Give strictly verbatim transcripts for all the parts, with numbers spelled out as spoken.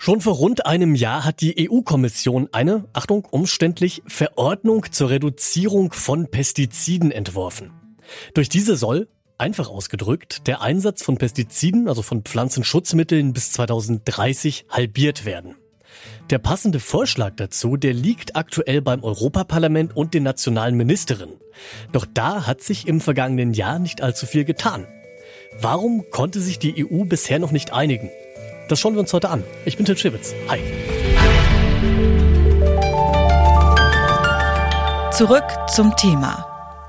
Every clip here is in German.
Schon vor rund einem Jahr hat die E U-Kommission eine, Achtung, umständlich, Verordnung zur Reduzierung von Pestiziden entworfen. Durch diese soll, einfach ausgedrückt, der Einsatz von Pestiziden, also von Pflanzenschutzmitteln, bis zweitausenddreißig halbiert werden. Der passende Vorschlag dazu, der liegt aktuell beim Europaparlament und den nationalen Ministerinnen. Doch da hat sich im vergangenen Jahr nicht allzu viel getan. Warum konnte sich die E U bisher noch nicht einigen? Das schauen wir uns heute an. Ich bin Tim Schibitz. Hi. Zurück zum Thema.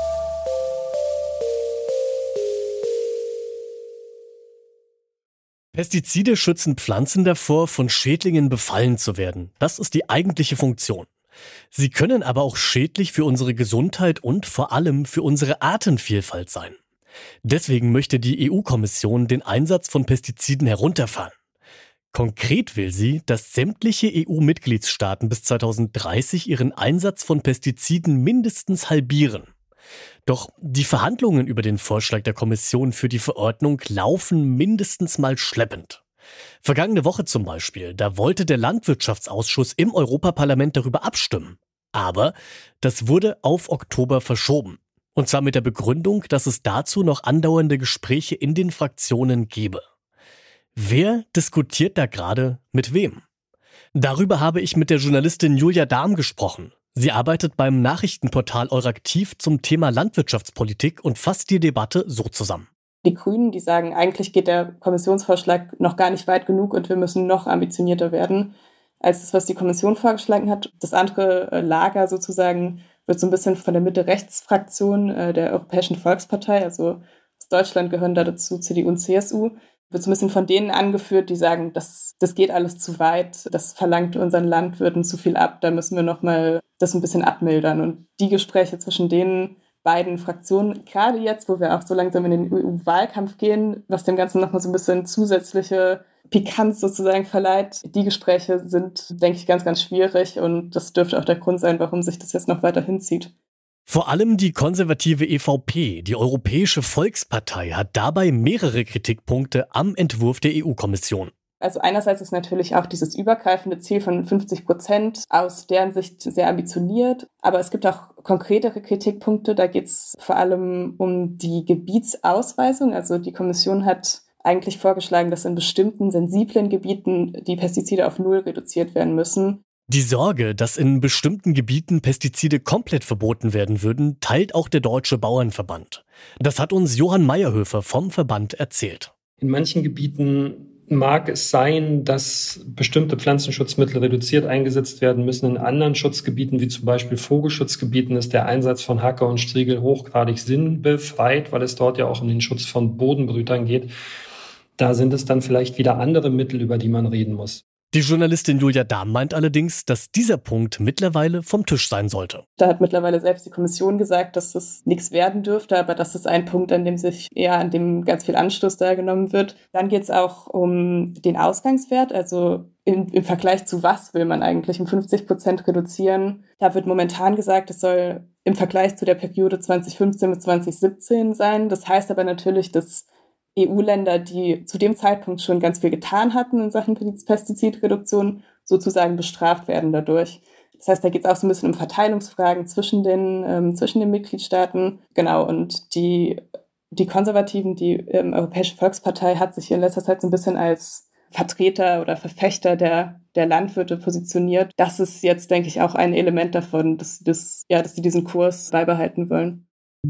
Pestizide schützen Pflanzen davor, von Schädlingen befallen zu werden. Das ist die eigentliche Funktion. Sie können aber auch schädlich für unsere Gesundheit und vor allem für unsere Artenvielfalt sein. Deswegen möchte die E U-Kommission den Einsatz von Pestiziden herunterfahren. Konkret will sie, dass sämtliche E U-Mitgliedstaaten bis zweitausenddreißig ihren Einsatz von Pestiziden mindestens halbieren. Doch die Verhandlungen über den Vorschlag der Kommission für die Verordnung laufen mindestens mal schleppend. Vergangene Woche zum Beispiel, da wollte der Landwirtschaftsausschuss im Europaparlament darüber abstimmen. Aber das wurde auf Oktober verschoben. Und zwar mit der Begründung, dass es dazu noch andauernde Gespräche in den Fraktionen gebe. Wer diskutiert da gerade mit wem? Darüber habe ich mit der Journalistin Julia Dahm gesprochen. Sie arbeitet beim Nachrichtenportal Euraktiv zum Thema Landwirtschaftspolitik und fasst die Debatte so zusammen. Die Grünen, die sagen, eigentlich geht der Kommissionsvorschlag noch gar nicht weit genug und wir müssen noch ambitionierter werden als das, was die Kommission vorgeschlagen hat. Das andere Lager sozusagen wird so ein bisschen von der Mitte-Rechts-Fraktion der Europäischen Volkspartei, also aus Deutschland gehören da dazu C D U und C S U, wird so ein bisschen von denen angeführt, die sagen, das, das geht alles zu weit, das verlangt unseren Landwirten zu viel ab, da müssen wir nochmal das ein bisschen abmildern. Und die Gespräche zwischen den beiden Fraktionen, gerade jetzt, wo wir auch so langsam in den E U-Wahlkampf gehen, was dem Ganzen nochmal so ein bisschen zusätzliche Pikanz sozusagen verleiht, die Gespräche sind, denke ich, ganz, ganz schwierig und das dürfte auch der Grund sein, warum sich das jetzt noch weiter hinzieht. Vor allem die konservative E V P, die Europäische Volkspartei, hat dabei mehrere Kritikpunkte am Entwurf der E U-Kommission. Also einerseits ist natürlich auch dieses übergreifende Ziel von fünfzig Prozent aus deren Sicht sehr ambitioniert, aber es gibt auch konkretere Kritikpunkte. Da geht es vor allem um die Gebietsausweisung. Also die Kommission hat eigentlich vorgeschlagen, dass in bestimmten sensiblen Gebieten die Pestizide auf Null reduziert werden müssen. Die Sorge, dass in bestimmten Gebieten Pestizide komplett verboten werden würden, teilt auch der Deutsche Bauernverband. Das hat uns Johann Meyerhöfer vom Verband erzählt. In manchen Gebieten mag es sein, dass bestimmte Pflanzenschutzmittel reduziert eingesetzt werden müssen. In anderen Schutzgebieten, wie zum Beispiel Vogelschutzgebieten, ist der Einsatz von Hacker und Striegel hochgradig sinnbefreit, weil es dort ja auch um den Schutz von Bodenbrütern geht. Da sind es dann vielleicht wieder andere Mittel, über die man reden muss. Die Journalistin Julia Dahm meint allerdings, dass dieser Punkt mittlerweile vom Tisch sein sollte. Da hat mittlerweile selbst die Kommission gesagt, dass das nichts werden dürfte, aber das ist ein Punkt, an dem sich eher an dem ganz viel Anstoß da genommen wird. Dann geht es auch um den Ausgangswert, also in, im Vergleich zu was will man eigentlich um fünfzig Prozent reduzieren. Da wird momentan gesagt, es soll im Vergleich zu der Periode zweitausendfünfzehn bis zweitausendsiebzehn sein. Das heißt aber natürlich, dass E U-Länder, die zu dem Zeitpunkt schon ganz viel getan hatten in Sachen Pestizidreduktion, sozusagen bestraft werden dadurch. Das heißt, da geht es auch so ein bisschen um Verteilungsfragen zwischen den, ähm, zwischen den Mitgliedstaaten. Genau, und die, die Konservativen, die ähm, Europäische Volkspartei hat sich in letzter Zeit so ein bisschen als Vertreter oder Verfechter der, der Landwirte positioniert. Das ist jetzt, denke ich, auch ein Element davon, dass sie, das, ja, dass sie diesen Kurs beibehalten wollen.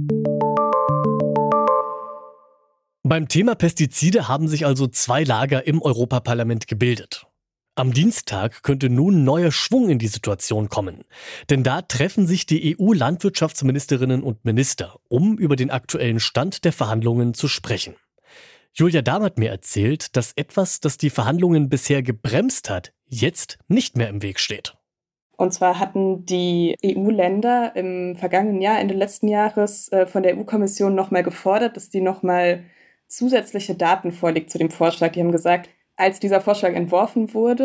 Beim Thema Pestizide haben sich also zwei Lager im Europaparlament gebildet. Am Dienstag könnte nun neuer Schwung in die Situation kommen. Denn da treffen sich die E U-Landwirtschaftsministerinnen und Minister, um über den aktuellen Stand der Verhandlungen zu sprechen. Julia Dahm hat mir erzählt, dass etwas, das die Verhandlungen bisher gebremst hat, jetzt nicht mehr im Weg steht. Und zwar hatten die E U-Länder im vergangenen Jahr, Ende letzten Jahres, äh, von der E U-Kommission nochmal gefordert, dass die nochmal zusätzliche Daten vorlegt zu dem Vorschlag. Die haben gesagt, als dieser Vorschlag entworfen wurde,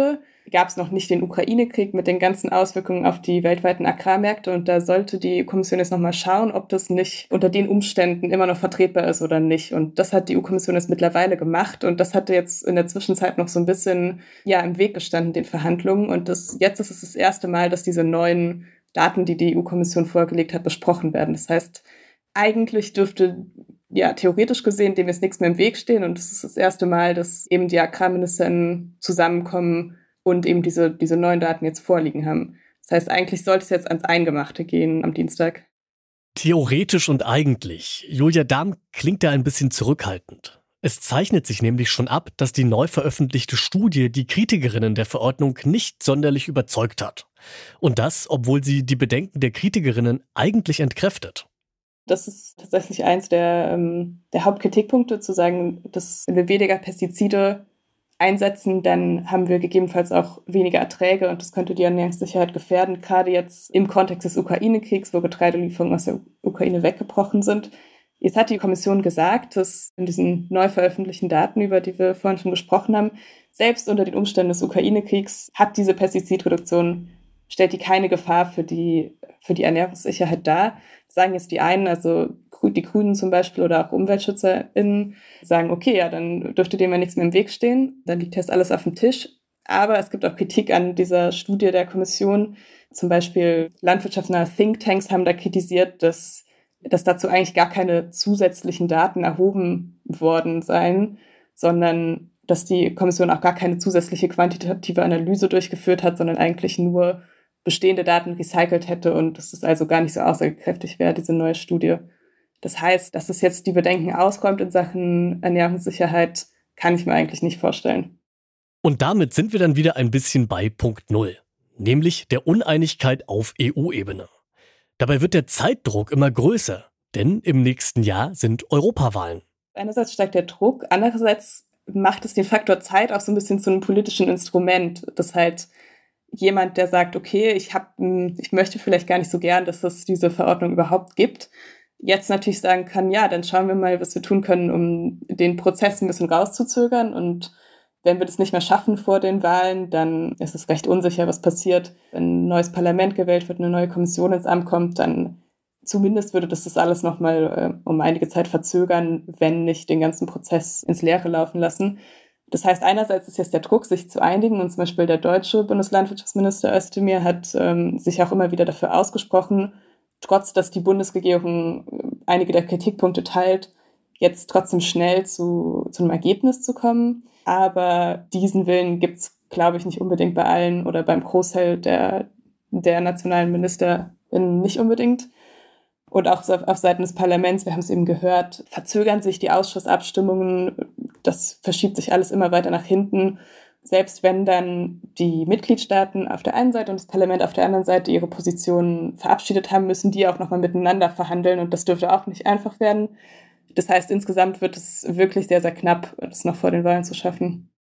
gab es noch nicht den Ukraine-Krieg mit den ganzen Auswirkungen auf die weltweiten Agrarmärkte. Und da sollte die Kommission jetzt nochmal schauen, ob das nicht unter den Umständen immer noch vertretbar ist oder nicht. Und das hat die E U-Kommission jetzt mittlerweile gemacht. Und das hatte jetzt in der Zwischenzeit noch so ein bisschen ja, im Weg gestanden, den Verhandlungen. Und das, jetzt ist es das erste Mal, dass diese neuen Daten, die die E U-Kommission vorgelegt hat, besprochen werden. Das heißt, eigentlich dürfte ja theoretisch gesehen dem jetzt nichts mehr im Weg stehen. Und es ist das erste Mal, dass eben die Agrarministerinnen zusammenkommen und eben diese, diese neuen Daten jetzt vorliegen haben. Das heißt, eigentlich sollte es jetzt ans Eingemachte gehen am Dienstag. Theoretisch und eigentlich. Julia Dahm klingt da ein bisschen zurückhaltend. Es zeichnet sich nämlich schon ab, dass die neu veröffentlichte Studie die Kritikerinnen der Verordnung nicht sonderlich überzeugt hat. Und das, obwohl sie die Bedenken der Kritikerinnen eigentlich entkräftet. Das ist tatsächlich eins der, ähm, der Hauptkritikpunkte, zu sagen, dass wenn wir weniger Pestizide einsetzen, dann haben wir gegebenenfalls auch weniger Erträge und das könnte die Ernährungssicherheit gefährden, gerade jetzt im Kontext des Ukraine-Kriegs, wo Getreidelieferungen aus der Ukraine weggebrochen sind. Jetzt hat die Kommission gesagt, dass in diesen neu veröffentlichten Daten, über die wir vorhin schon gesprochen haben, selbst unter den Umständen des Ukraine-Kriegs hat diese Pestizidreduktion, stellt die keine Gefahr für die, für die Ernährungssicherheit dar. Das sagen jetzt die einen, also die Grünen zum Beispiel oder auch UmweltschützerInnen, sagen, okay, ja, dann dürfte dem ja nichts mehr im Weg stehen, dann liegt jetzt alles auf dem Tisch. Aber es gibt auch Kritik an dieser Studie der Kommission. Zum Beispiel landwirtschaftsnahe Thinktanks haben da kritisiert, dass, dass dazu eigentlich gar keine zusätzlichen Daten erhoben worden seien, sondern dass die Kommission auch gar keine zusätzliche quantitative Analyse durchgeführt hat, sondern eigentlich nur bestehende Daten recycelt hätte und dass es also gar nicht so aussagekräftig wäre, diese neue Studie. Das heißt, dass es jetzt die Bedenken ausräumt in Sachen Ernährungssicherheit, kann ich mir eigentlich nicht vorstellen. Und damit sind wir dann wieder ein bisschen bei Punkt Null, nämlich der Uneinigkeit auf E U-Ebene. Dabei wird der Zeitdruck immer größer, denn im nächsten Jahr sind Europawahlen. Einerseits steigt der Druck, andererseits macht es den Faktor Zeit auch so ein bisschen zu einem politischen Instrument. Das halt jemand, der sagt, okay, ich, hab, ich möchte vielleicht gar nicht so gern, dass es diese Verordnung überhaupt gibt, jetzt natürlich sagen kann, ja, dann schauen wir mal, was wir tun können, um den Prozess ein bisschen rauszuzögern. Und wenn wir das nicht mehr schaffen vor den Wahlen, dann ist es recht unsicher, was passiert. Wenn ein neues Parlament gewählt wird, eine neue Kommission ins Amt kommt, dann zumindest würde das das alles nochmal äh, um einige Zeit verzögern, wenn nicht den ganzen Prozess ins Leere laufen lassen. Das heißt, einerseits ist jetzt der Druck, sich zu einigen, und zum Beispiel der deutsche Bundeslandwirtschaftsminister Özdemir hat ähm, sich auch immer wieder dafür ausgesprochen, trotz dass die Bundesregierung einige der Kritikpunkte teilt, jetzt trotzdem schnell zu, zu einem Ergebnis zu kommen. Aber diesen Willen gibt es, glaube ich, nicht unbedingt bei allen oder beim Großteil der, der nationalen MinisterInnen nicht unbedingt. Und auch auf, auf Seiten des Parlaments, wir haben es eben gehört, verzögern sich die Ausschussabstimmungen. Das verschiebt sich alles immer weiter nach hinten. Selbst wenn dann die Mitgliedstaaten auf der einen Seite und das Parlament auf der anderen Seite ihre Positionen verabschiedet haben, müssen die auch nochmal miteinander verhandeln. Und das dürfte auch nicht einfach werden. Das heißt, insgesamt wird es wirklich sehr, sehr knapp, das noch vor den Wahlen zu schaffen.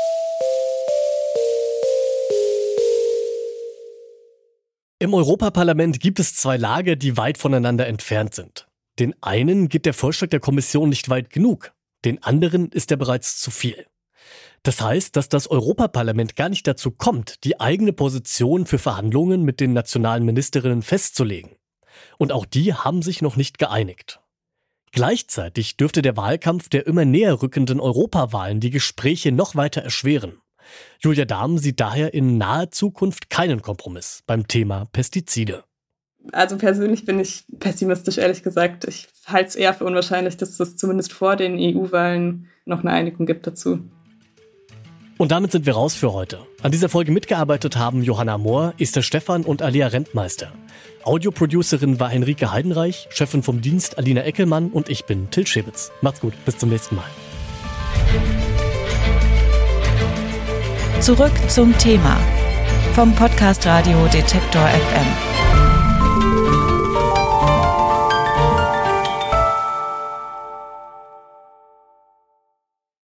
Im Europaparlament gibt es zwei Lager, die weit voneinander entfernt sind. Den einen geht der Vorschlag der Kommission nicht weit genug, den anderen ist er bereits zu viel. Das heißt, dass das Europaparlament gar nicht dazu kommt, die eigene Position für Verhandlungen mit den nationalen Ministerinnen festzulegen. Und auch die haben sich noch nicht geeinigt. Gleichzeitig dürfte der Wahlkampf der immer näher rückenden Europawahlen die Gespräche noch weiter erschweren. Julia Dahm sieht daher in naher Zukunft keinen Kompromiss beim Thema Pestizide. Also persönlich bin ich pessimistisch, ehrlich gesagt. Ich halte es eher für unwahrscheinlich, dass es zumindest vor den E U-Wahlen noch eine Einigung gibt dazu. Und damit sind wir raus für heute. An dieser Folge mitgearbeitet haben Johanna Mohr, Esther Stephan und Alia Rentmeister. Audioproducerin war Henrike Heidenreich, Chefin vom Dienst Alina Eckelmann und ich bin Till Schäbitz. Macht's gut, bis zum nächsten Mal. Zurück zum Thema vom Podcast Radio Detektor F M.